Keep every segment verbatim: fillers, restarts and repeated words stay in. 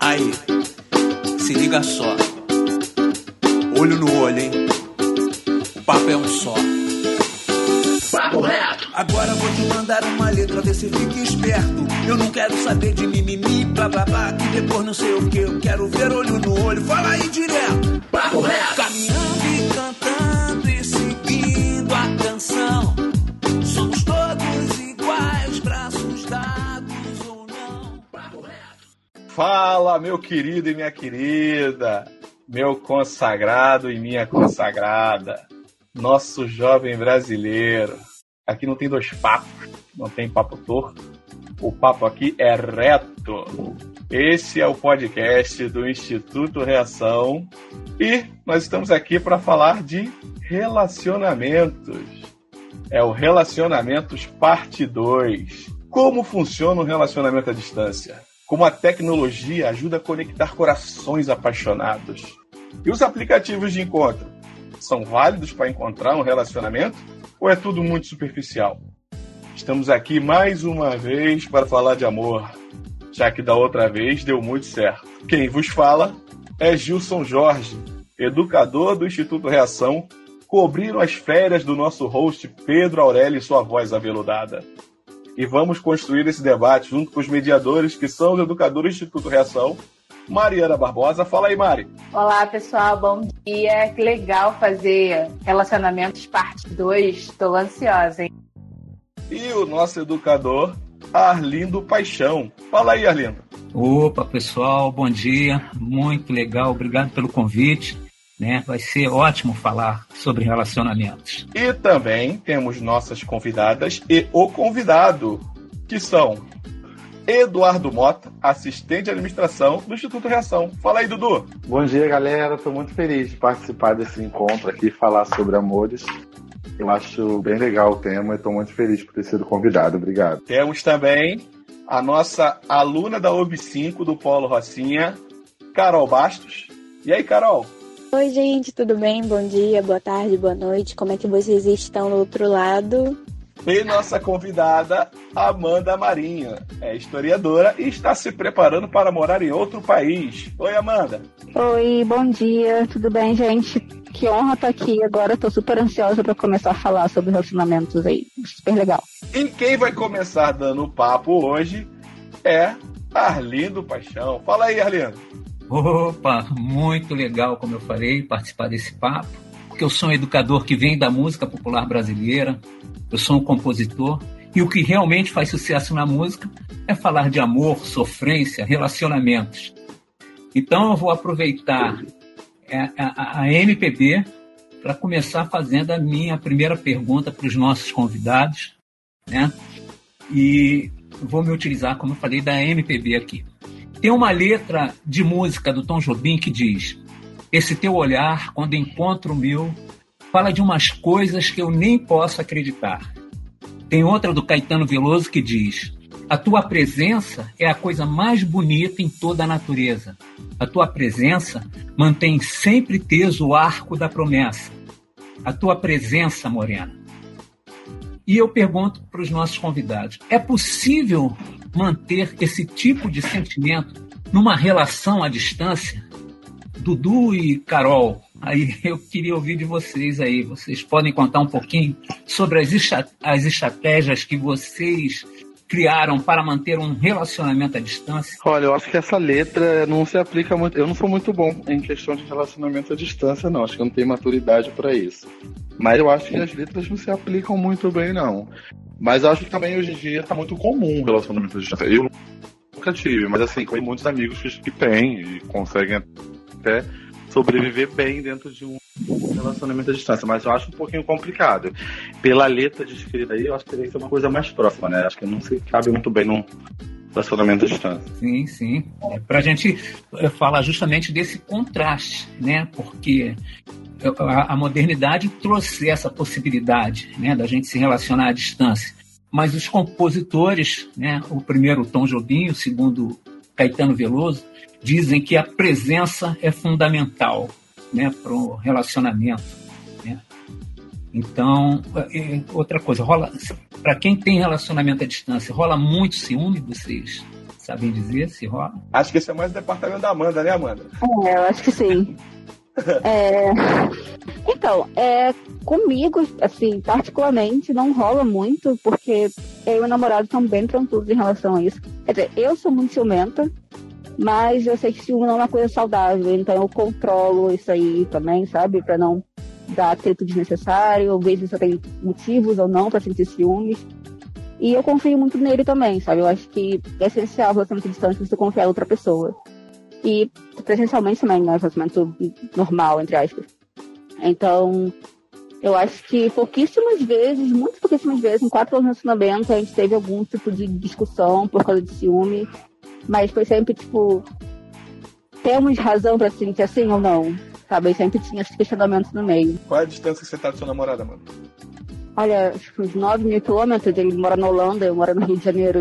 Aí, se liga só. Olho no olho, hein? O papo é um só. Papo reto! Agora vou te mandar uma letra, vê se fica esperto. Eu não quero saber de mimimi, blá blá blá, que depois não sei o que. Eu quero ver olho no olho, fala aí direto. Papo reto! Caminhando e cantando e seguindo a canção. Somos todos iguais, braços dados ou não. Papo reto! Fala, meu querido e minha querida, meu consagrado e minha consagrada, nosso jovem brasileiro. Aqui não tem dois papos, não tem papo torto, o papo aqui é reto. Esse é o podcast do Instituto Reação e nós estamos aqui para falar de relacionamentos. É o Relacionamentos Parte dois. Como funciona o relacionamento à distância? Como a tecnologia ajuda a conectar corações apaixonados? E os aplicativos de encontro são válidos para encontrar um relacionamento ou é tudo muito superficial? Estamos aqui mais uma vez para falar de amor, já que da outra vez deu muito certo. Quem vos fala é Gilson Jorge, educador do Instituto Reação, cobrindo as férias do nosso host Pedro Aurélio e sua voz aveludada. E vamos construir esse debate junto com os mediadores que são os educadores do Instituto Reação. Mariana Barbosa, fala aí, Mari. Olá, pessoal, bom dia. Que legal fazer Relacionamentos Parte dois. Estou ansiosa, hein? E o nosso educador, Arlindo Paixão. Fala aí, Arlindo. Opa, pessoal, bom dia. Muito legal, obrigado pelo convite. Né? Vai ser ótimo falar sobre relacionamentos. E também temos nossas convidadas e o convidado, que são Eduardo Mota, assistente de administração do Instituto Reação. Fala aí, Dudu. Bom dia, galera. Estou muito feliz de participar desse encontro aqui e falar sobre amores. Eu acho bem legal o tema e estou muito feliz por ter sido convidado. Obrigado. Temos também a nossa aluna da O B cinco do Polo Rocinha, Carol Bastos. E aí, Carol? Oi, gente, tudo bem? Bom dia, boa tarde, boa noite. Como é que vocês estão do outro lado? E nossa convidada, Amanda Marinho, é historiadora e está se preparando para morar em outro país. Oi, Amanda. Oi, bom dia, tudo bem, gente? Que honra estar aqui agora, estou super ansiosa para começar a falar sobre relacionamentos aí, super legal. E quem vai começar dando o papo hoje é Arlindo Paixão. Fala aí, Arlindo. Opa, muito legal, como eu falei, participar desse papo, porque eu sou um educador que vem da música popular brasileira, eu sou um compositor, e o que realmente faz sucesso na música é falar de amor, sofrência, relacionamentos. Então eu vou aproveitar a, a, a M P B para começar fazendo a minha primeira pergunta para os nossos convidados, né? E vou me utilizar, como eu falei, da M P B aqui. Tem uma letra de música do Tom Jobim que diz: esse teu olhar, quando encontro o meu, fala de umas coisas que eu nem posso acreditar. Tem outra do Caetano Veloso que diz: a tua presença é a coisa mais bonita em toda a natureza. A tua presença mantém sempre teso o arco da promessa. A tua presença, morena. E eu pergunto para os nossos convidados: é possível manter esse tipo de sentimento numa relação à distância? Dudu e Carol, aí eu queria ouvir de vocês aí. Vocês podem contar um pouquinho sobre as, estra- as estratégias que vocês criaram para manter um relacionamento à distância? Olha, eu acho que essa letra não se aplica muito. Eu não sou muito bom em questão de relacionamento à distância, não. Acho que eu não tenho maturidade para isso. Mas eu acho que as letras não se aplicam muito bem, não. Mas eu acho que também hoje em dia está muito comum o relacionamento à distância. Eu nunca tive, mas assim, conheço muitos amigos que, que têm e conseguem até sobreviver bem dentro de um relacionamento à distância, mas eu acho um pouquinho complicado. Pela letra descrita aí, eu acho que teria que ser uma coisa mais próxima, né? Acho que não se cabe muito bem num relacionamento à distância. Sim, sim. É para a gente falar justamente desse contraste, né? Porque a, a modernidade trouxe essa possibilidade, né, da gente se relacionar à distância. Mas os compositores, né, o primeiro Tom Jobim, o segundo Caetano Veloso, dizem que a presença é fundamental, né, para o relacionamento, né? Então, é, outra coisa, rola para quem tem relacionamento à distância, rola muito ciúme, vocês sabem dizer se rola? Acho que esse é mais o departamento da Amanda, né, Amanda? É, eu acho que sim. é... Então, é, comigo, assim, particularmente, não rola muito, porque eu e meu namorado são bem tranquilos em relação a isso. Quer dizer, eu sou muito ciumenta, mas eu sei que ciúme não é uma coisa saudável, então eu controlo isso aí também, sabe? Pra não dar atrito desnecessário, ou ver se eu tenho motivos ou não pra sentir ciúmes. E eu confio muito nele também, sabe? Eu acho que é essencial o relacionamento distante você confiar em outra pessoa. E presencialmente também, né? Relacionamento normal, entre aspas. Então, eu acho que pouquíssimas vezes, muito pouquíssimas vezes, em quatro anos de relacionamento, a gente teve algum tipo de discussão por causa de ciúme. Mas foi sempre, tipo, temos razão pra sentir assim ou não? Sabe? Eu sempre tinha esses questionamentos no meio. Qual é a distância que você tá do seu namorado, mano? Olha, acho que uns nove mil quilômetros. Ele mora na Holanda, eu moro no Rio de Janeiro.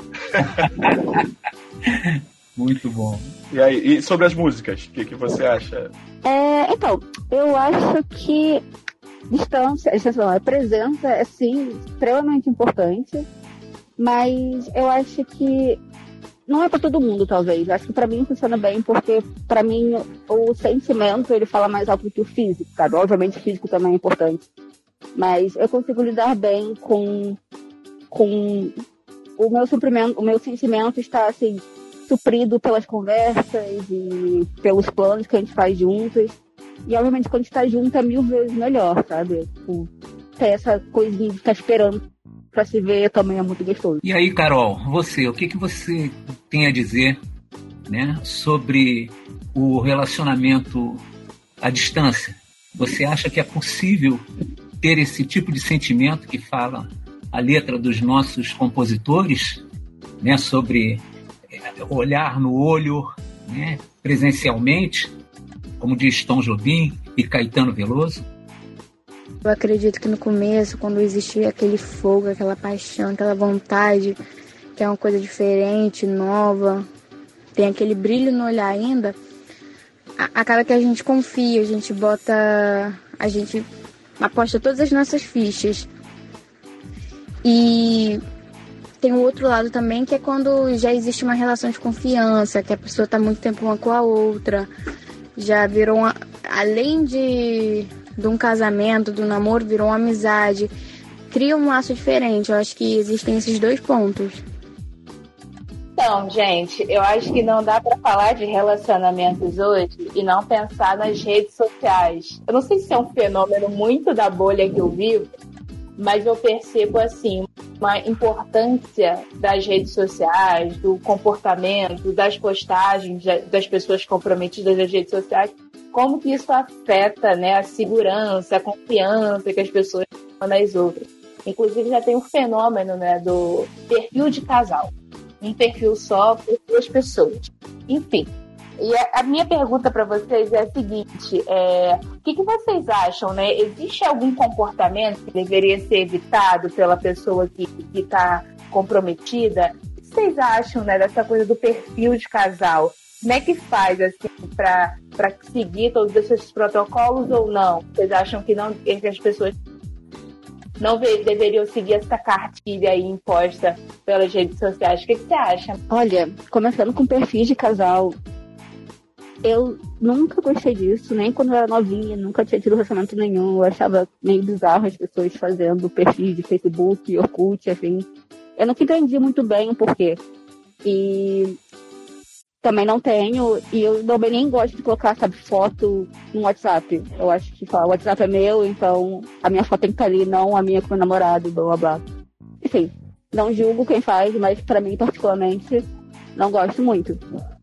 Muito bom. E aí, e sobre as músicas, o que, que você acha? É, então, eu acho que distância, distância não, a presença é sim extremamente importante, mas eu acho que não é pra todo mundo, talvez. Eu acho que pra mim funciona bem, porque pra mim o sentimento ele fala mais alto do que o físico, sabe? Obviamente o físico também é importante, mas eu consigo lidar bem com, com o meu suprimento, o meu sentimento está assim suprido pelas conversas e pelos planos que a gente faz juntos. E obviamente quando a gente tá junto é mil vezes melhor, sabe? Tipo, ter essa coisinha de ficar esperando pra se ver também é muito gostoso. E aí, Carol, você, o que, que você tem a dizer, né, sobre o relacionamento à distância? Você acha que é possível ter esse tipo de sentimento que fala a letra dos nossos compositores, né, sobre olhar no olho, né, presencialmente, como diz Tom Jobim e Caetano Veloso? Eu acredito que no começo, quando existia aquele fogo, aquela paixão, aquela vontade, que é uma coisa diferente, nova, tem aquele brilho no olhar ainda, acaba que a gente confia, a gente bota, a gente aposta todas as nossas fichas. E tem o outro lado também, que é quando já existe uma relação de confiança, que a pessoa está muito tempo uma com a outra, já virou, uma, além de, de um casamento, do namoro, virou uma amizade, cria um laço diferente. Eu acho que existem esses dois pontos. Então, gente, eu acho que não dá pra falar de relacionamentos hoje e não pensar nas redes sociais. Eu não sei se é um fenômeno muito da bolha que eu vivo, mas eu percebo, assim, uma importância das redes sociais, do comportamento, das postagens das pessoas comprometidas nas redes sociais, como que isso afeta, né, a segurança, a confiança que as pessoas têm nas outras. Inclusive, já tem um fenômeno, né, do perfil de casal. Um perfil só por duas pessoas. Enfim. E a, a minha pergunta para vocês é a seguinte, é, o que, que vocês acham, né? Existe algum comportamento que deveria ser evitado pela pessoa que está comprometida? O que vocês acham, né, dessa coisa do perfil de casal? Como é que faz, assim, para seguir todos esses protocolos ou não? Vocês acham que, não, que as pessoas não deveriam seguir essa cartilha aí imposta pelas redes sociais? O que, que você acha? Olha, começando com perfis de casal, eu nunca gostei disso, nem quando eu era novinha, nunca tinha tido relacionamento nenhum. Eu achava meio bizarro as pessoas fazendo perfis de Facebook, Orkut, assim. Eu nunca entendi muito bem o porquê. E também não tenho, e eu também nem gosto de colocar, sabe, foto no WhatsApp. Eu acho que o WhatsApp é meu, então a minha foto tem que estar ali, não a minha com o meu namorado, blá blá blá. Enfim, não julgo quem faz, mas pra mim, particularmente, não gosto muito.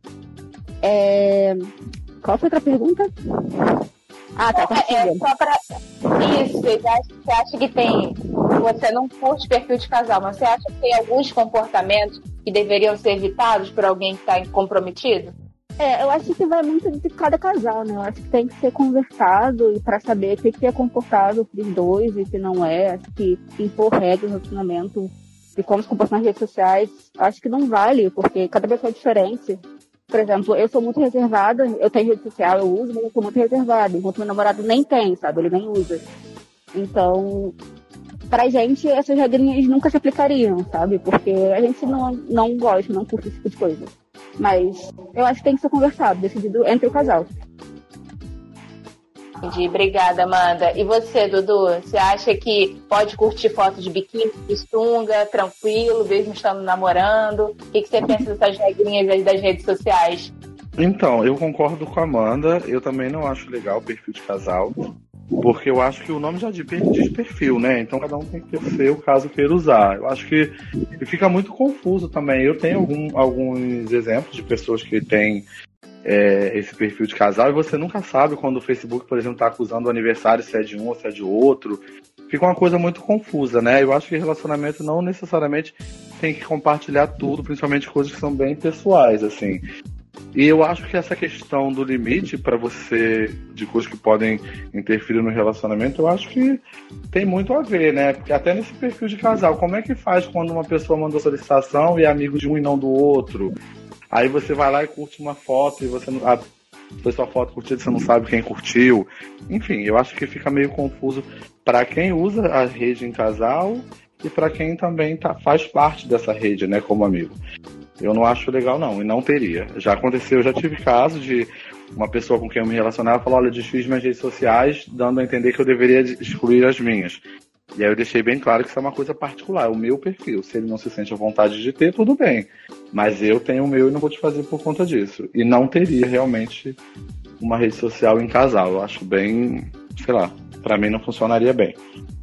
É... Qual foi a outra pergunta? Ah, tá, é, é só pra... Isso, você acha, você acha que tem... Você não curte perfil de casal, mas você acha que tem alguns comportamentos que deveriam ser evitados por alguém que está comprometido? É, eu acho que vai muito de cada casal, né? Eu acho que tem que ser conversado e para saber o que, que é comportado para os dois e o que não é. Acho que impor regras no relacionamento de como se comportar nas redes sociais, acho que não vale, porque cada pessoa é diferente. Por exemplo, eu sou muito reservada, eu tenho rede social, eu uso, mas eu sou muito reservada, enquanto meu namorado nem tem, sabe? Ele nem usa. Então, pra gente, essas regrinhas nunca se aplicariam, sabe? Porque a gente não, não gosta, não curte esse tipo de coisa. Mas eu acho que tem que ser conversado, decidido entre o casal. Entendi. Obrigada, Amanda. E você, Dudu? Você acha que pode curtir foto de biquíni, de sunga, tranquilo, mesmo estando namorando? O que, que você pensa dessas regrinhas aí das redes sociais? Então, eu concordo com a Amanda. Eu também não acho legal o perfil de casal. Porque eu acho que o nome já diz perfil, né? Então cada um tem que ter o seu, caso queira usar. Eu acho que fica muito confuso também. Eu tenho algum, alguns exemplos de pessoas que têm é, esse perfil de casal e você nunca sabe quando o Facebook, por exemplo, está acusando o aniversário se é de um ou se é de outro. Fica uma coisa muito confusa, né? Eu acho que relacionamento não necessariamente tem que compartilhar tudo, principalmente coisas que são bem pessoais, assim. E eu acho que essa questão do limite para você, de coisas que podem interferir no relacionamento, eu acho que tem muito a ver, né? Porque até nesse perfil de casal, como é que faz quando uma pessoa mandou solicitação e é amigo de um e não do outro? Aí você vai lá e curte uma foto e você não. Ah, foi sua foto curtida, você não sabe quem curtiu. Enfim, eu acho que fica meio confuso para quem usa a rede em casal e para quem também tá, faz parte dessa rede, né, como amigo. Eu não acho legal, não, e não teria. Já aconteceu, já tive casos de uma pessoa com quem eu me relacionava falar, olha, eu desfiz minhas redes sociais, dando a entender que eu deveria excluir as minhas. E aí eu deixei bem claro que isso é uma coisa particular, é o meu perfil. Se ele não se sente à vontade de ter, tudo bem. Mas eu tenho o meu e não vou te fazer por conta disso. E não teria realmente uma rede social em casal. Eu acho bem, sei lá, pra mim não funcionaria bem.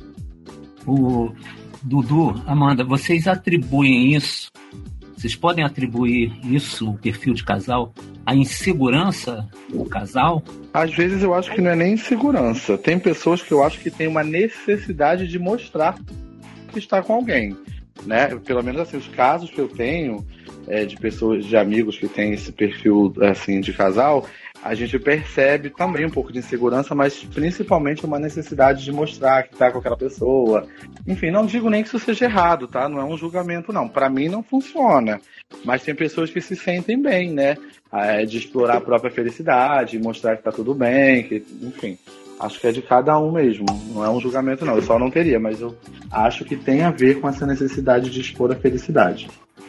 O Dudu, Amanda, vocês atribuem isso, vocês podem atribuir isso, o perfil de casal, à insegurança do casal? Às vezes eu acho que não é nem insegurança. Tem pessoas que eu acho que têm uma necessidade de mostrar que está com alguém, né? Pelo menos assim, os casos que eu tenho é, de pessoas, de amigos que têm esse perfil assim de casal, a gente percebe também um pouco de insegurança, mas principalmente uma necessidade de mostrar que está com aquela pessoa. Enfim, não digo nem que isso seja errado, tá? Não é um julgamento, não. Para mim não funciona. Mas tem pessoas que se sentem bem, né? É, de explorar a própria felicidade, mostrar que tá tudo bem, que, enfim. Acho que é de cada um mesmo. Não é um julgamento, não. Eu só não teria, mas eu acho que tem a ver com essa necessidade de expor a felicidade.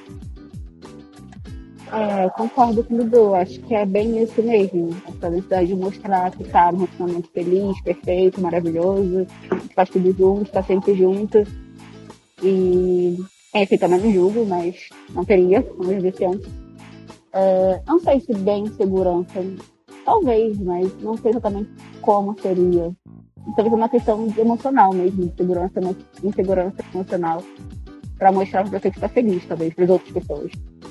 É, concordo com o Dudu, acho que é bem isso mesmo. Essa necessidade de mostrar que tá num relacionamento feliz, perfeito, maravilhoso, que faz tudo junto, tá sempre junto. E, enfim, também não julgo, mas não teria, como eu disse antes. É, não sei se bem segurança, talvez, mas não sei exatamente como seria. Talvez uma questão de emocional mesmo, de segurança, insegurança emocional, para mostrar pra você que está feliz, talvez, para as outras pessoas.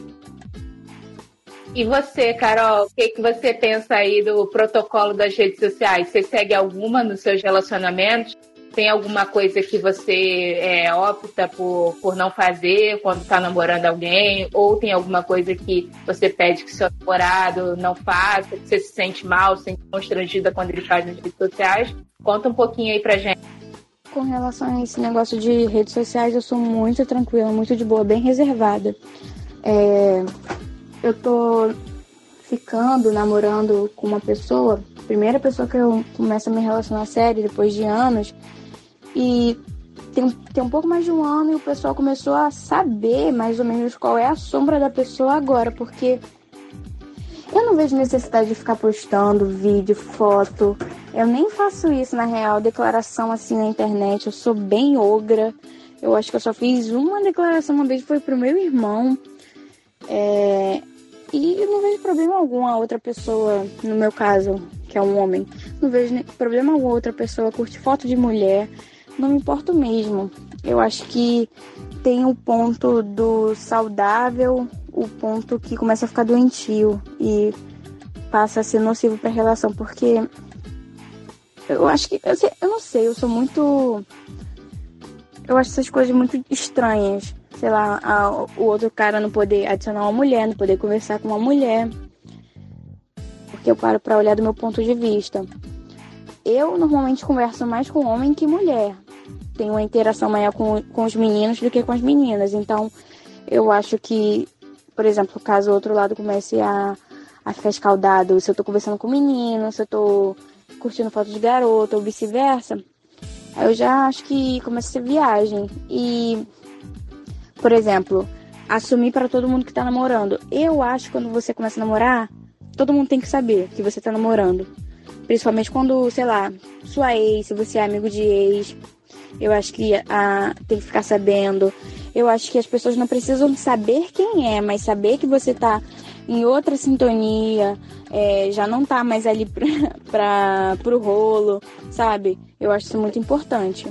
E você, Carol, o que, que você pensa aí do protocolo das redes sociais? Você segue alguma nos seus relacionamentos? Tem alguma coisa que você é, opta por, por não fazer quando está namorando alguém? Ou tem alguma coisa que você pede que seu namorado não faça, que você se sente mal, se sente constrangida quando ele faz nas redes sociais? Conta um pouquinho aí pra gente. Com relação a esse negócio de redes sociais, eu sou muito tranquila, muito de boa, bem reservada. É... Eu tô ficando, namorando com uma pessoa, primeira pessoa que eu começo a me relacionar sério depois de anos, e tem, tem um pouco mais de um ano e o pessoal começou a saber mais ou menos qual é a sombra da pessoa agora, porque eu não vejo necessidade de ficar postando vídeo, foto, eu nem faço isso na real, declaração assim na internet, eu sou bem ogra, eu acho que eu só fiz uma declaração uma vez, foi pro meu irmão, é... E eu não vejo problema algum a outra pessoa, no meu caso, que é um homem, não vejo problema algum a outra pessoa curtir foto de mulher, não me importo mesmo. Eu acho que tem o ponto do saudável, o ponto que começa a ficar doentio e passa a ser nocivo para a relação, porque eu acho que, eu, sei, eu não sei, eu sou muito, eu acho essas coisas muito estranhas. Sei lá, a, o outro cara não poder adicionar uma mulher, não poder conversar com uma mulher. Porque eu paro pra olhar do meu ponto de vista. Eu normalmente converso mais com homem que mulher. Tenho uma interação maior com, com os meninos do que com as meninas. Então, eu acho que, por exemplo, caso o outro lado comece a, a ficar escaldado, se eu tô conversando com o menino, se eu tô curtindo foto de garota ou vice-versa, Aí eu já acho que começa a ser viagem. E, por exemplo, assumir para todo mundo que tá namorando. Eu acho que quando você começa a namorar, todo mundo tem que saber que você tá namorando. Principalmente quando, sei lá, sua ex, se você é amigo de ex. Eu acho que ah, tem que ficar sabendo. Eu acho que as pessoas não precisam saber quem é, mas saber que você tá em outra sintonia, é, já não tá mais ali pra, pra, pro rolo, sabe? Eu acho isso muito importante.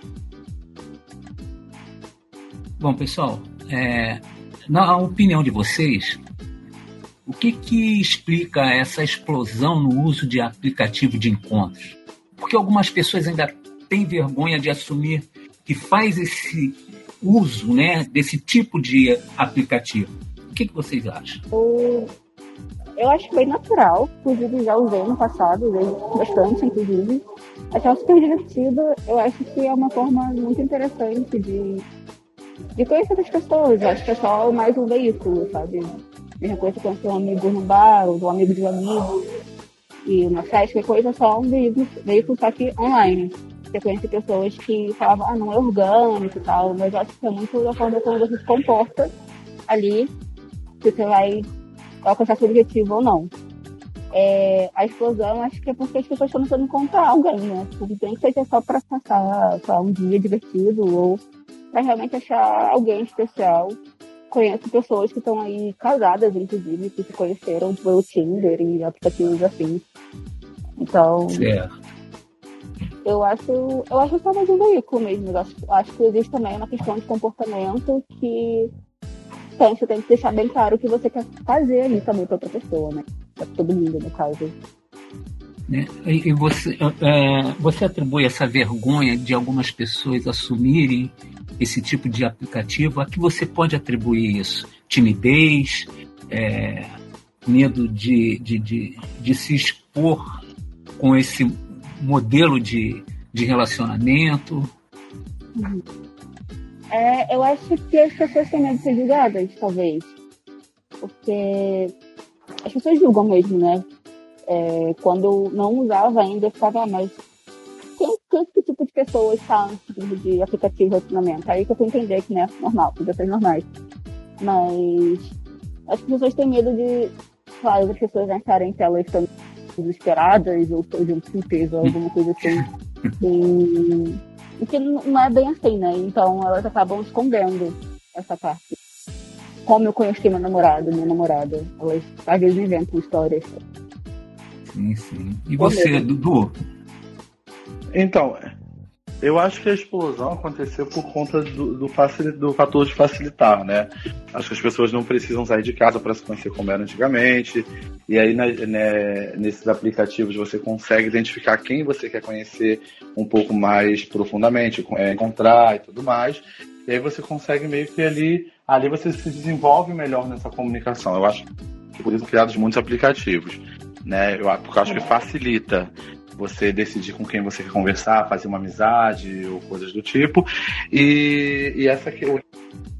Bom, pessoal, é, na opinião de vocês, o que que explica essa explosão no uso de aplicativo de encontros? Porque algumas pessoas ainda têm vergonha de assumir que faz esse uso, né, desse tipo de aplicativo. O que que vocês acham? Eu, eu acho bem natural, inclusive já usei no passado, usei bastante, inclusive. Achava super divertido. Eu acho que é uma forma muito interessante de, de conhecer as pessoas. Eu acho que é só mais um veículo, sabe? Mesma coisa que conhecer um amigo no bar, ou um amigo de um amigo, e uma festa, que coisa, só um veículo, veículo só que online. Você conhece pessoas que falavam, ah, não é orgânico e tal, mas eu acho que é muito da forma como você se comporta ali, se você vai alcançar seu objetivo ou não. É, a explosão, acho que é porque as pessoas estão tentando encontrar alguém, né? Porque tem que ser só para passar só um dia divertido ou para realmente achar alguém especial. Conheço pessoas que estão aí casadas, inclusive, que se conheceram pelo Tinder e aplicativos assim. Então, certo. eu acho, eu acho só mais um veículo mesmo. Eu acho, acho que existe também uma questão de comportamento que tem, você tem que deixar bem claro o que você quer fazer ali também para outra pessoa, né? Para todo mundo, no caso. E, e você, é, você atribui essa vergonha de algumas pessoas assumirem esse tipo de aplicativo? A que você pode atribuir isso? Timidez? É, medo de, de, de, de se expor com esse modelo de, de relacionamento? Uhum. É, eu acho que as pessoas têm medo de ser julgadas, talvez. Porque as pessoas julgam mesmo, né? É, quando não usava ainda, eu ficava, ah, mas quem, quem, que tipo de pessoa está nesse tipo de aplicativo de relacionamento? Aí que eu fui entender que não é normal, que pessoas normais. Mas as pessoas têm medo de, claro, as pessoas acharem que elas estão desesperadas ou de certeza, alguma coisa assim. E, e que não é bem assim, né? Então elas acabam escondendo essa parte. Como eu conheci meu namorado, minha namorada, elas às vezes inventam histórias. Sim, sim. E você, Dudu? Então, eu acho que a explosão aconteceu por conta do, do, facil, do fator de facilitar, né? Acho que as pessoas não precisam sair de casa para se conhecer como era antigamente. E aí, né, nesses aplicativos, você consegue identificar quem você quer conhecer um pouco mais profundamente, é, encontrar e tudo mais. E aí você consegue meio que ali, ali você se desenvolve melhor nessa comunicação. Eu acho que por isso criados muitos aplicativos, né? Eu, porque eu acho que facilita você decidir com quem você quer conversar, fazer uma amizade ou coisas do tipo. E, e essa aqui o,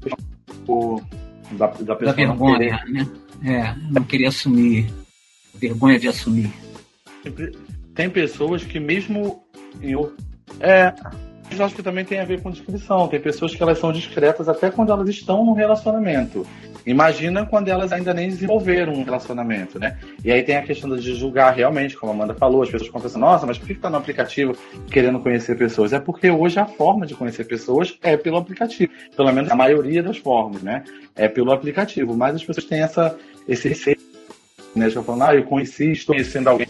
o da, da pessoa da vergonha, né? É, não queria assumir. Vergonha de assumir. Tem pessoas que mesmo em, é, eu acho que também tem a ver com descrição. Tem pessoas que elas são discretas até quando elas estão no relacionamento. Imagina quando elas ainda nem desenvolveram um relacionamento, né? E aí tem a questão de julgar realmente, como a Amanda falou, as pessoas ficam pensando, nossa, mas por que está no aplicativo querendo conhecer pessoas? É porque hoje a forma de conhecer pessoas é pelo aplicativo. Pelo menos a maioria das formas, né? É pelo aplicativo. Mas as pessoas têm essa, esse receio, né? Já falando, ah, eu conheci, estou conhecendo alguém.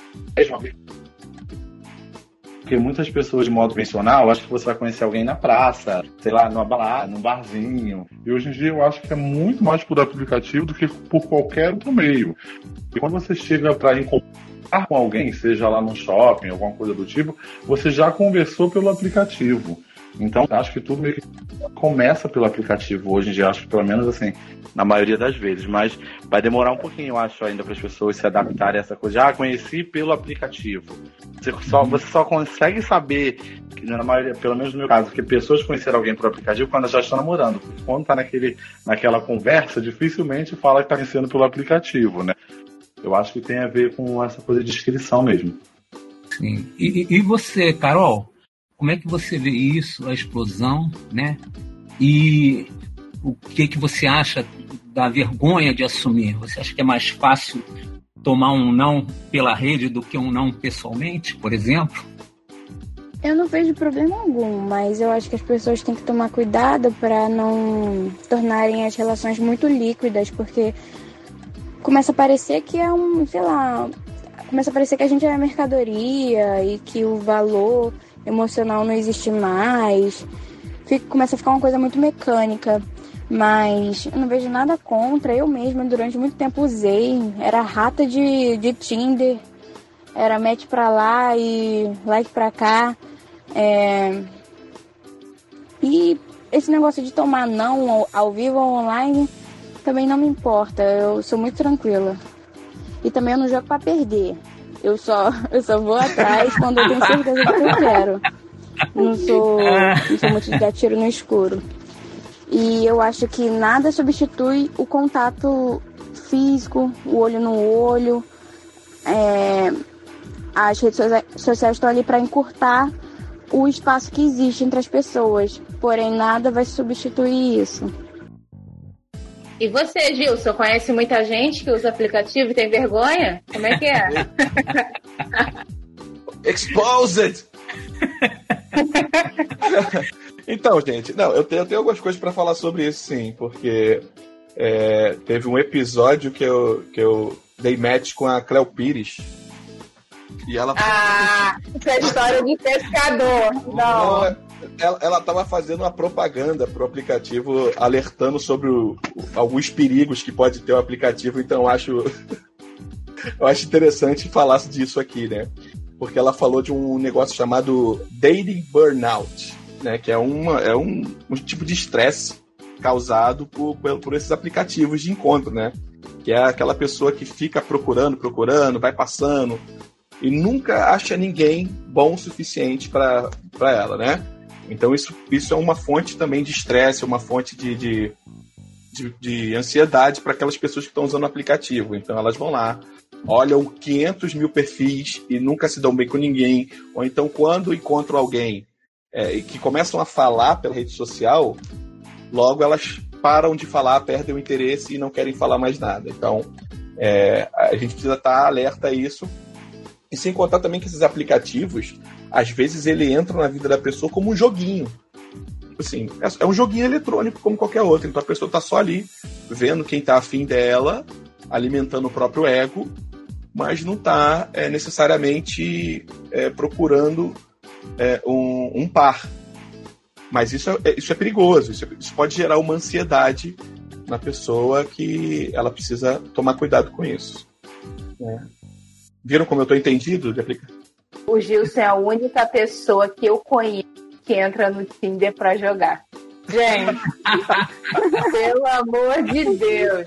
Porque muitas pessoas, de modo convencional, acham que você vai conhecer alguém na praça, sei lá, numa balada, num barzinho. E hoje em dia eu acho que é muito mais por aplicativo do que por qualquer outro meio. E quando você chega para encontrar com alguém, seja lá no shopping, alguma coisa do tipo, você já conversou pelo aplicativo. Então, acho que tudo meio que começa pelo aplicativo hoje em dia, acho que pelo menos assim, na maioria das vezes. Mas vai demorar um pouquinho, eu acho, ainda para as pessoas se adaptarem a essa coisa. Ah, conheci pelo aplicativo. Você só, você só consegue saber, na maioria, pelo menos no meu caso, que pessoas conheceram alguém por aplicativo quando já estão namorando. Porque quando está naquele, naquela conversa, dificilmente fala que está conhecendo pelo aplicativo, né? Eu acho que tem a ver com essa coisa de descrição mesmo. Sim. E, e você, Carol? Como é que você vê isso, a explosão, né? E o que, que você acha da vergonha de assumir? Você acha que é mais fácil tomar um não pela rede do que um não pessoalmente, por exemplo? Eu não vejo problema algum, mas eu acho que as pessoas têm que tomar cuidado para não tornarem as relações muito líquidas, porque começa a parecer que é um, sei lá, começa a parecer que a gente é mercadoria e que o valor emocional não existe mais. Fica, começa a ficar uma coisa muito mecânica, mas eu não vejo nada contra. Eu mesma durante muito tempo usei, era rata de, de Tinder, era match pra lá e like pra cá. É... E esse negócio de tomar não ao, ao vivo ou online também não me importa, eu sou muito tranquila. E também eu não jogo pra perder. Eu só, eu só vou atrás quando eu tenho certeza do que eu quero. Não sou, não sou muito de dar tiro no escuro. E eu acho que nada substitui o contato físico, o olho no olho. É... As redes sociais estão ali para encurtar o espaço que existe entre as pessoas. Porém, nada vai substituir isso. E você, Gilson, conhece muita gente que usa aplicativo e tem vergonha? Como é que é? Exposed! Então, gente, não, eu tenho, eu tenho algumas coisas para falar sobre isso, sim, porque é, teve um episódio que eu, que eu dei match com a Cleo Pires. E ela... Ah, isso é história de pescador. Não. Não, ela, ela tava fazendo uma propaganda pro aplicativo, alertando sobre o, o, alguns perigos que pode ter o aplicativo, então eu acho, eu acho interessante falar disso aqui, né? Porque ela falou de um negócio chamado dating burnout, né? Que é, uma, é um, um tipo de estresse causado por, por, por esses aplicativos de encontro, né? Que é aquela pessoa que fica procurando, procurando, vai passando e nunca acha ninguém bom o suficiente para ela, né? Então isso, isso é uma fonte também de estresse, uma fonte de, de, de, de ansiedade para aquelas pessoas que estão usando o aplicativo. Então elas vão lá, olham quinhentos mil perfis e nunca se dão bem com ninguém. Ou então quando encontram alguém é, que começam a falar pela rede social, logo elas param de falar, perdem o interesse e não querem falar mais nada. Então é, a gente precisa estar alerta a isso. E sem contar também que esses aplicativos, às vezes ele entra na vida da pessoa como um joguinho. Assim, é um joguinho eletrônico como qualquer outro. Então a pessoa está só ali, vendo quem está afim dela, alimentando o próprio ego, mas não está é, necessariamente é, procurando é, um, um par. Mas isso é, isso é perigoso. Isso, é, isso pode gerar uma ansiedade na pessoa que ela precisa tomar cuidado com isso. É. Viram como eu estou entendido de aplicar? O Gilson é a única pessoa que eu conheço que entra no Tinder pra jogar. Gente, pelo amor de Deus.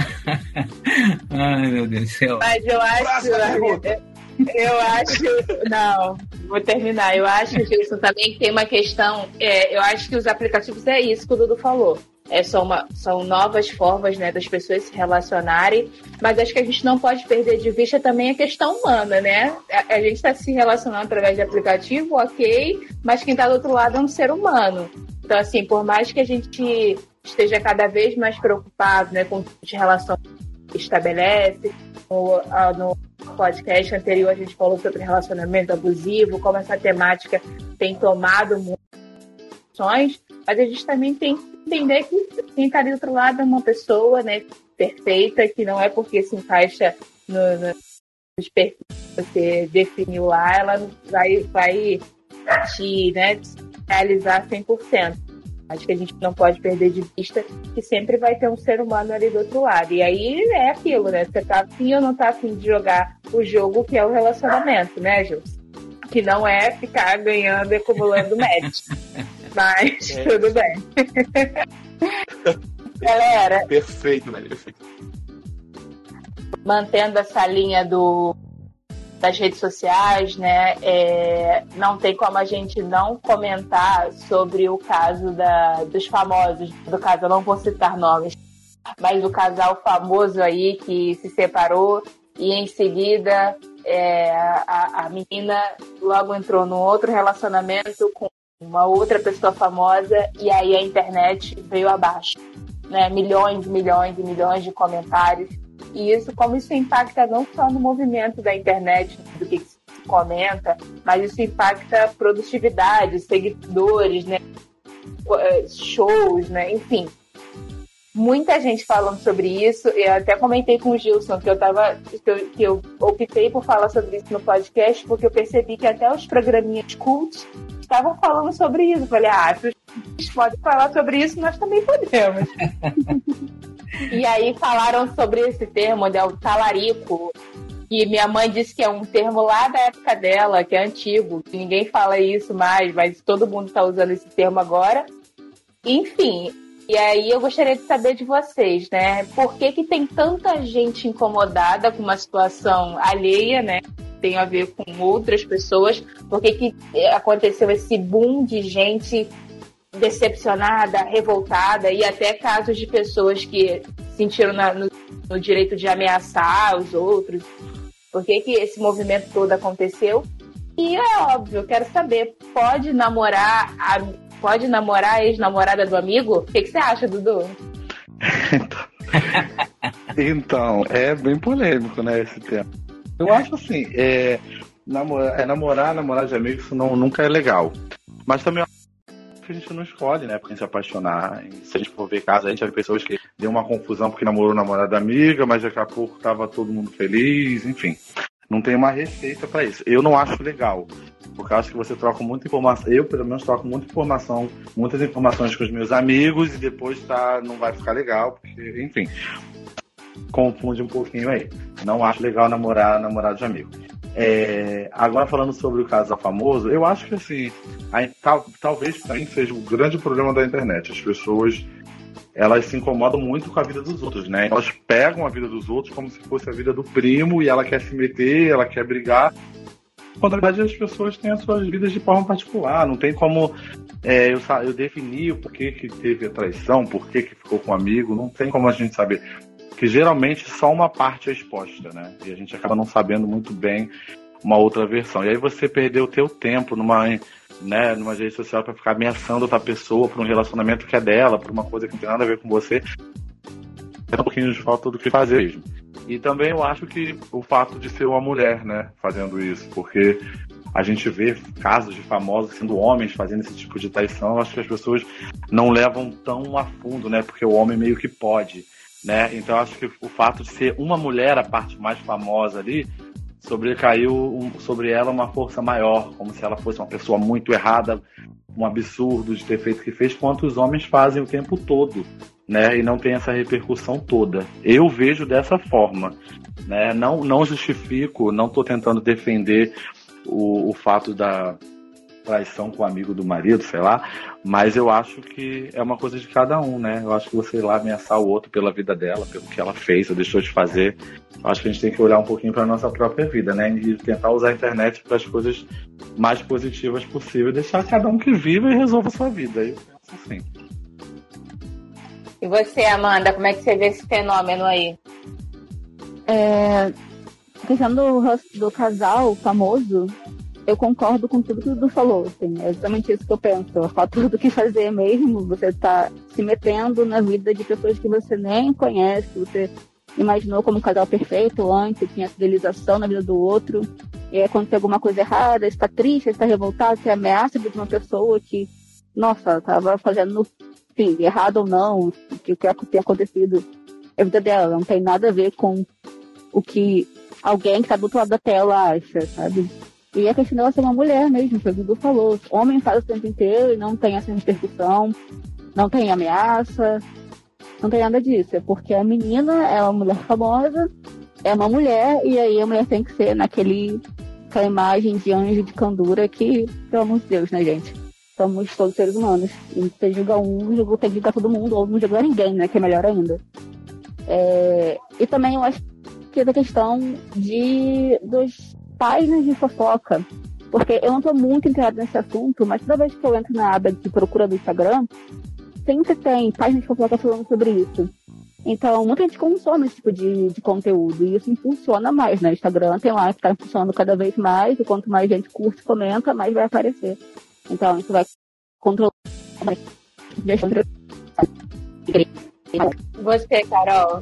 Ai, meu Deus do céu. Mas eu acho... Eu acho... Não, vou terminar. Eu acho, Gilson, também que tem uma questão... É, eu acho que os aplicativos é isso que o Dudu falou. É, são, uma, são novas formas, né, das pessoas se relacionarem, mas acho que a gente não pode perder de vista também a questão humana, né? A, a gente está se relacionando através de aplicativo, ok, mas quem está do outro lado é um ser humano. Então, assim, por mais que a gente esteja cada vez mais preocupado, né, com o tipo de relação que estabelece, no, no podcast anterior a gente falou sobre relacionamento abusivo, como essa temática tem tomado muitas ações, mas a gente também tem que entender que quem está ali do outro lado é uma pessoa, né, perfeita, que não é porque se encaixa no, no, nos perfis que você definiu lá, ela vai, vai te, né, realizar cem por cento. Acho que a gente não pode perder de vista que sempre vai ter um ser humano ali do outro lado. E aí é aquilo, né? Você tá afim ou não tá afim de jogar o jogo que é o relacionamento, né, Gilson? Que não é ficar ganhando e acumulando match. Mas é. Tudo bem. Galera. Perfeito, né? Perfeito. Mantendo essa linha do, das redes sociais, né? É, não tem como a gente não comentar sobre o caso da, dos famosos. Do caso, eu não vou citar nomes, mas do casal famoso aí que se separou e em seguida é, a, a menina logo entrou num outro relacionamento com uma outra pessoa famosa e aí a internet veio abaixo, né? Milhões, milhões e milhões de comentários. E isso, como isso impacta não só no movimento da internet, do que se comenta, mas isso impacta produtividade, seguidores, né? Shows, né? Enfim. Muita gente falando sobre isso. Eu até comentei com o Gilson que eu, tava, que eu, que eu optei por falar sobre isso no podcast, porque eu percebi que até os programinhas cult estavam falando sobre isso. Eu falei, ah, se os podem falar sobre isso, nós também podemos. E aí falaram sobre esse termo, né, o talarico, que minha mãe disse que é um termo lá da época dela, que é antigo, que ninguém fala isso mais, mas todo mundo está usando esse termo agora. Enfim, e aí eu gostaria de saber de vocês, né? Por que que tem tanta gente incomodada com uma situação alheia, né? Tem a ver com outras pessoas. Por que que aconteceu esse boom de gente decepcionada, revoltada, e até casos de pessoas que sentiram na, no, no direito de ameaçar os outros? Por que que esse movimento todo aconteceu? E é óbvio, eu quero saber, pode namorar a, pode namorar a ex-namorada do amigo? O que que você acha, Dudu? Então, é bem polêmico, né, esse tema. Eu acho assim, é, namorar, é, namorar, namorar de amigo, isso não, nunca é legal. Mas também que a gente não escolhe, né, pra gente se apaixonar. E se a gente for ver casos, a gente já viu pessoas que deu uma confusão porque namorou namorada amiga, mas daqui a pouco tava todo mundo feliz, enfim. Não tem uma receita pra isso. Eu não acho legal, porque eu acho que você troca muita informação. Eu, pelo menos, troco muita informação, muitas informações com os meus amigos e depois tá, não vai ficar legal, porque, enfim, confunde um pouquinho aí. Não acho legal namorar namorado de amigo. É, agora falando sobre o casal famoso, eu acho que assim, a, tal, talvez também seja o grande problema da internet. As pessoas, elas se incomodam muito com a vida dos outros, né? Elas pegam a vida dos outros como se fosse a vida do primo e ela quer se meter, ela quer brigar. Quando na verdade as pessoas têm as suas vidas de forma particular, não tem como é, eu, eu definir o porquê que teve a traição, porquê que ficou com um amigo, não tem como a gente saber. Que geralmente só uma parte é exposta, né? E a gente acaba não sabendo muito bem uma outra versão. E aí você perdeu o teu tempo numa, né, numa rede social para ficar ameaçando outra pessoa por um relacionamento que é dela, por uma coisa que não tem nada a ver com você. É um pouquinho de falta do que fazer mesmo. E também eu acho que o fato de ser uma mulher, né, fazendo isso, porque a gente vê casos de famosos sendo homens fazendo esse tipo de traição, eu acho que as pessoas não levam tão a fundo, né, porque o homem meio que pode. Né? Então acho que o fato de ser uma mulher a parte mais famosa ali sobrecaiu um, sobre ela uma força maior, como se ela fosse uma pessoa muito errada, um absurdo de ter feito o que fez, quanto os homens fazem o tempo todo, né? E não tem essa repercussão toda. Eu vejo dessa forma, né? Não, não justifico, não estou tentando defender o, o fato da traição com o amigo do marido, sei lá, mas eu acho que é uma coisa de cada um, né? Eu acho que você ir lá ameaçar o outro pela vida dela, pelo que ela fez ou deixou de fazer, eu acho que a gente tem que olhar um pouquinho para a nossa própria vida, né? E tentar usar a internet para as coisas mais positivas possível, deixar cada um que viva e resolva a sua vida. Eu penso assim. E você, Amanda, como é que você vê esse fenômeno aí? É, a questão do, do casal famoso, eu concordo com tudo que o Dudu falou, assim, é exatamente isso que eu penso. Falta do que fazer mesmo, você tá se metendo na vida de pessoas que você nem conhece, você imaginou como um casal perfeito antes, tinha fidelização na vida do outro, e aí quando tem alguma coisa errada, está triste, está revoltado, você ameaça de uma pessoa que, nossa, estava fazendo, enfim, errado ou não, o que tem acontecido na vida dela, não tem nada a ver com o que alguém que está do outro lado da tela acha, sabe? E a questão dela ser uma mulher mesmo, que o Dudu falou. O homem faz o tempo inteiro e não tem essa repercussão, não tem ameaça, não tem nada disso. É porque a menina é uma mulher famosa, é uma mulher, e aí a mulher tem que ser naquele, aquela imagem de anjo de candura que, pelo amor de Deus, né, gente? Somos todos seres humanos. E você julga um, tem que julgar todo mundo, ou não julgar ninguém, né? Que é melhor ainda. É... E também eu acho que é da questão de... dos páginas de fofoca, porque eu não tô muito inteirada nesse assunto, mas toda vez que eu entro na aba de procura do Instagram, sempre tem páginas de fofoca falando sobre isso. Então, muita gente consome esse tipo de, de conteúdo e isso impulsiona mais, né? Instagram tem lá que tá impulsionando cada vez mais, e quanto mais gente curte e comenta, mais vai aparecer. Então, isso vai controlar. Você, Carol,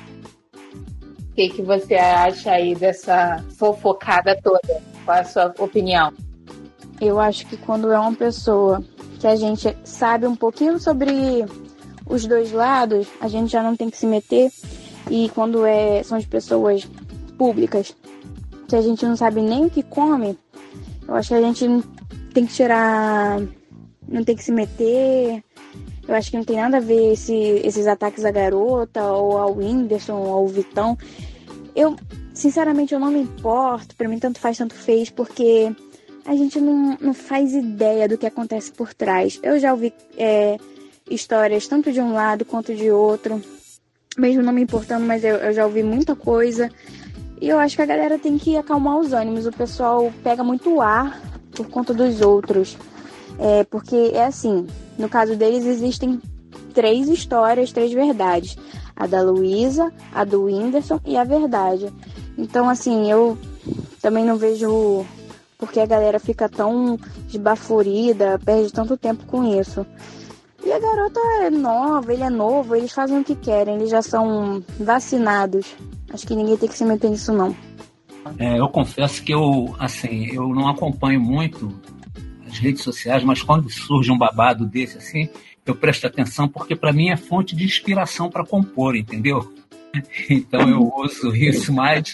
o que, que você acha aí dessa fofocada toda? Qual é a sua opinião? Eu acho que quando é uma pessoa que a gente sabe um pouquinho sobre os dois lados, a gente já não tem que se meter. E quando é, são de pessoas públicas, que a gente não sabe nem o que come, eu acho que a gente tem que tirar, não tem que se meter. Eu acho que não tem nada a ver esse, esses ataques à garota, ou ao Whindersson, ou ao Vitão. Eu, sinceramente, eu não me importo. Pra mim, tanto faz, tanto fez, porque a gente não, não faz ideia do que acontece por trás. Eu já ouvi é, histórias tanto de um lado quanto de outro, mesmo não me importando, mas eu, eu já ouvi muita coisa. E eu acho que a galera tem que acalmar os ânimos. O pessoal pega muito ar por conta dos outros. É, porque é assim, no caso deles existem três histórias, três verdades. A da Luísa, a do Whindersson e a verdade. Então, assim, eu também não vejo porque a galera fica tão esbaforida, perde tanto tempo com isso. E a garota é nova, ele é novo, eles fazem o que querem, eles já são vacinados. Acho que ninguém tem que se meter nisso, não. É, eu confesso que eu, assim, eu não acompanho muito as redes sociais, mas quando surge um babado desse, assim, eu presto atenção, porque para mim é fonte de inspiração para compor, entendeu? Então eu uso isso mais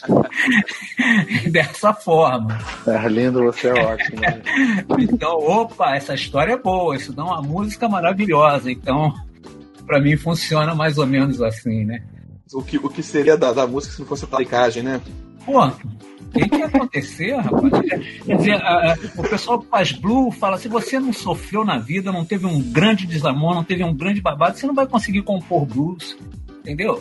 dessa forma. Arlindo, você é ótimo. Né? Então, opa, essa história é boa, isso dá uma música maravilhosa. Então, para mim funciona mais ou menos assim, né? O que, o que seria da, da música se não fosse a talicagem, né? Pô, o que, que ia acontecer, rapaz? Quer dizer, a, a, o pessoal que faz blue fala, se você não sofreu na vida, não teve um grande desamor, não teve um grande babado, você não vai conseguir compor blues, entendeu?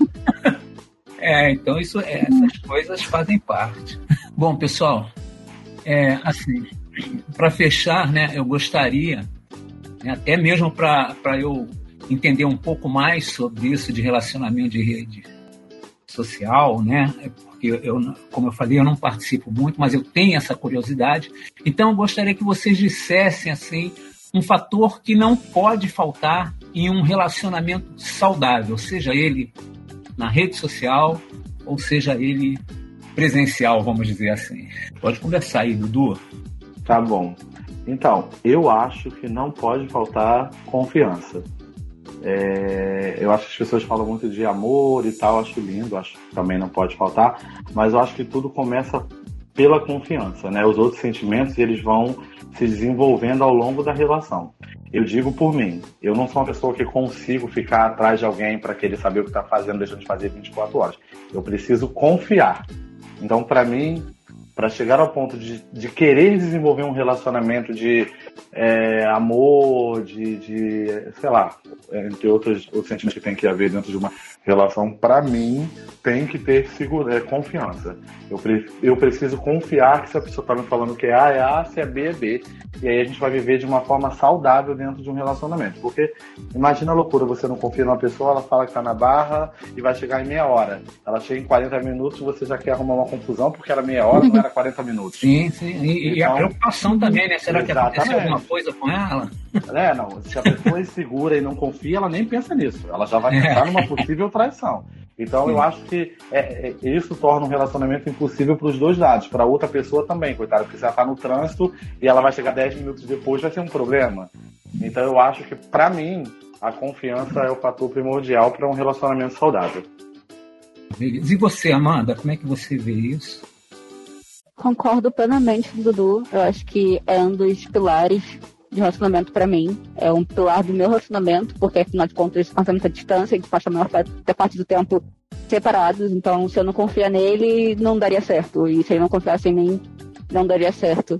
É, então isso, é, essas coisas fazem parte. Bom, pessoal, é, assim, para fechar, né, eu gostaria, né, até mesmo para eu entender um pouco mais sobre isso de relacionamento de rede social, né? Porque eu, como eu falei, eu não participo muito, mas eu tenho essa curiosidade. Então, eu gostaria que vocês dissessem assim um fator que não pode faltar em um relacionamento saudável, seja ele na rede social ou seja ele presencial, vamos dizer assim. Pode conversar aí, Dudu. Tá bom. Então, eu acho que não pode faltar confiança. É, eu acho que as pessoas falam muito de amor e tal, acho lindo, acho que também não pode faltar, mas eu acho que tudo começa pela confiança, né? Os outros sentimentos, eles vão se desenvolvendo ao longo da relação. Eu digo por mim, eu não sou uma pessoa que consigo ficar atrás de alguém para querer saber o que está fazendo, deixando de fazer vinte e quatro horas. Eu preciso confiar. Então, para mim, para chegar ao ponto de, de querer desenvolver um relacionamento de é, amor, de, de, sei lá, entre outros, outros sentimentos que tem que haver dentro de uma relação, para mim, tem que ter segura, é, confiança. Eu, pre, eu preciso confiar que se a pessoa está me falando que é A, é A, se é B, é B. E aí a gente vai viver de uma forma saudável dentro de um relacionamento. Porque imagina a loucura, você não confia numa pessoa, ela fala que está na barra e vai chegar em meia hora. Ela chega em quarenta minutos e você já quer arrumar uma confusão porque era meia hora, não era quarenta minutos. Sim, sim. E, então, e a preocupação também, né? Será que aconteceu alguma coisa com ela? É, não. Se a pessoa é insegura e não confia, ela nem pensa nisso. Ela já vai pensar numa possível traição. Então, eu acho que é, é, isso torna um relacionamento impossível para os dois lados. Para outra pessoa também, coitada, porque você está no trânsito e ela vai chegar dez minutos depois, vai ser um problema. Então, eu acho que, para mim, a confiança é o fator primordial para um relacionamento saudável. Beleza. E você, Amanda, como é que você vê isso? Concordo plenamente com o Dudu. Eu acho que é um dos pilares de relacionamento pra mim. É um pilar do meu relacionamento, porque afinal de contas passa muita distância, a gente passa a maior parte do tempo separados, então se eu não confiar nele, não daria certo. E se ele não confiasse em mim, não daria certo.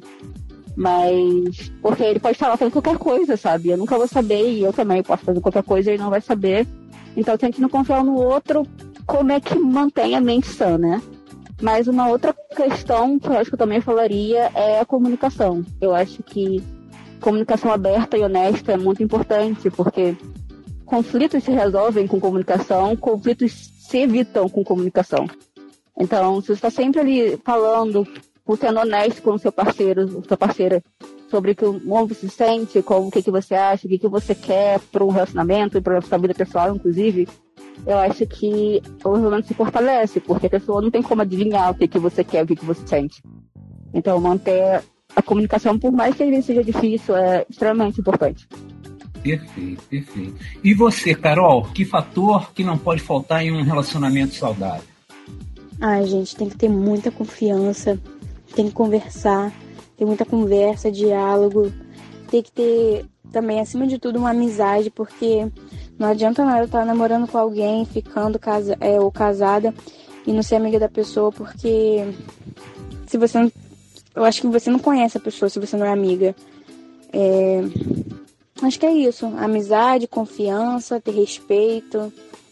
Mas porque ele pode estar lá fazendo qualquer coisa, sabe? Eu nunca vou saber, e eu também posso fazer qualquer coisa e ele não vai saber. Então se a gente não confiar um no outro, como é que mantém a mente sã, né? Mas uma outra questão que eu acho que eu também falaria é a comunicação. Eu acho que comunicação aberta e honesta é muito importante, porque conflitos se resolvem com comunicação, conflitos se evitam com comunicação. Então, se você está sempre ali falando, sendo honesto com o seu parceiro, sua parceira, sobre como você se sente, como, o que, que você acha, o que, que você quer para um relacionamento, para a sua vida pessoal, inclusive, eu acho que o relacionamento se fortalece, porque a pessoa não tem como adivinhar o que, que você quer, o que, que você sente. Então, manter a comunicação, por mais que às vezes seja difícil, é extremamente importante. Perfeito, perfeito. E você, Carol, que fator que não pode faltar em um relacionamento saudável? Ai, gente, tem que ter muita confiança, tem que conversar, ter muita conversa, diálogo, tem que ter também, acima de tudo, uma amizade, porque não adianta nada estar namorando com alguém, ficando casa, é, ou casada e não ser amiga da pessoa, porque se você não, eu acho que você não conhece a pessoa se você não é amiga. É, acho que é isso, amizade, confiança, ter respeito,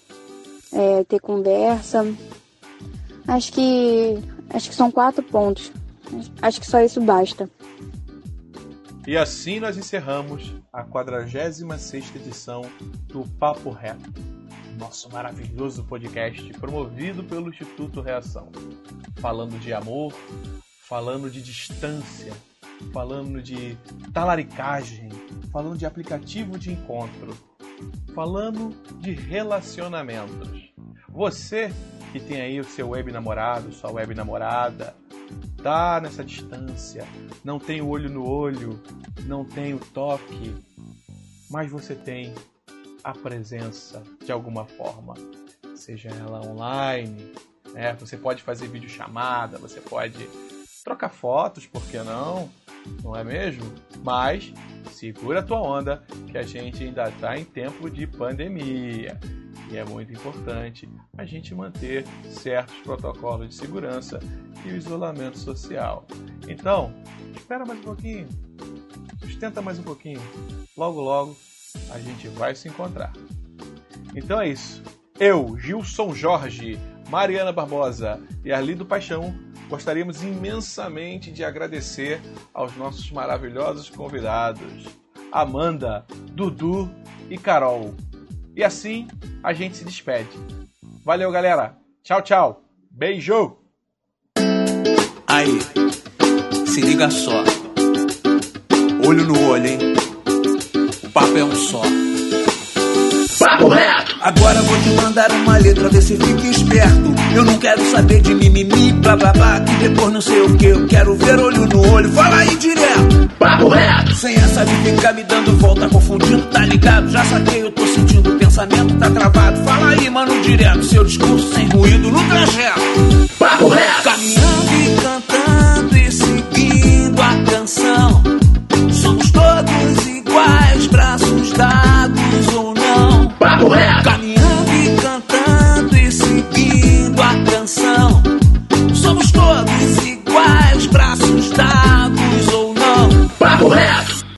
é, ter conversa. Acho que, acho que são quatro pontos. Acho que só isso basta. E assim nós encerramos a quadragésima sexta edição do Papo Reto, nosso maravilhoso podcast promovido pelo Instituto Reação. Falando de amor, falando de distância, falando de talaricagem, falando de aplicativo de encontro, falando de relacionamentos. Você que tem aí o seu web namorado, sua web namorada, tá nessa distância, não tem o olho no olho, não tem o toque, mas você tem a presença de alguma forma, seja ela online, né? Você pode fazer videochamada, você pode trocar fotos, por que não? Não é mesmo? Mas segura a tua onda, que a gente ainda está em tempo de pandemia. E é muito importante a gente manter certos protocolos de segurança e o isolamento social. Então, espera mais um pouquinho, sustenta mais um pouquinho. Logo, logo, a gente vai se encontrar. Então é isso. Eu, Gilson Jorge, Mariana Barbosa e Arlindo Paixão gostaríamos imensamente de agradecer aos nossos maravilhosos convidados, Amanda, Dudu e Carol. E assim a gente se despede. Valeu, galera. Tchau, tchau. Beijo. Aí, se liga só. Olho no olho, hein? O papo é um só. Papo reto! Agora vou te mandar uma letra, vê se fica esperto. Eu não quero saber de mimimi, blá blá blá, que depois não sei o que. Eu quero ver olho no olho, fala aí direto. Papo reto! Sem essa de ficar me dando volta, confundindo, tá ligado? Já saquei, eu tô sentindo, o pensamento tá travado. Fala aí, mano, direto, seu discurso sem ruído no trajeto.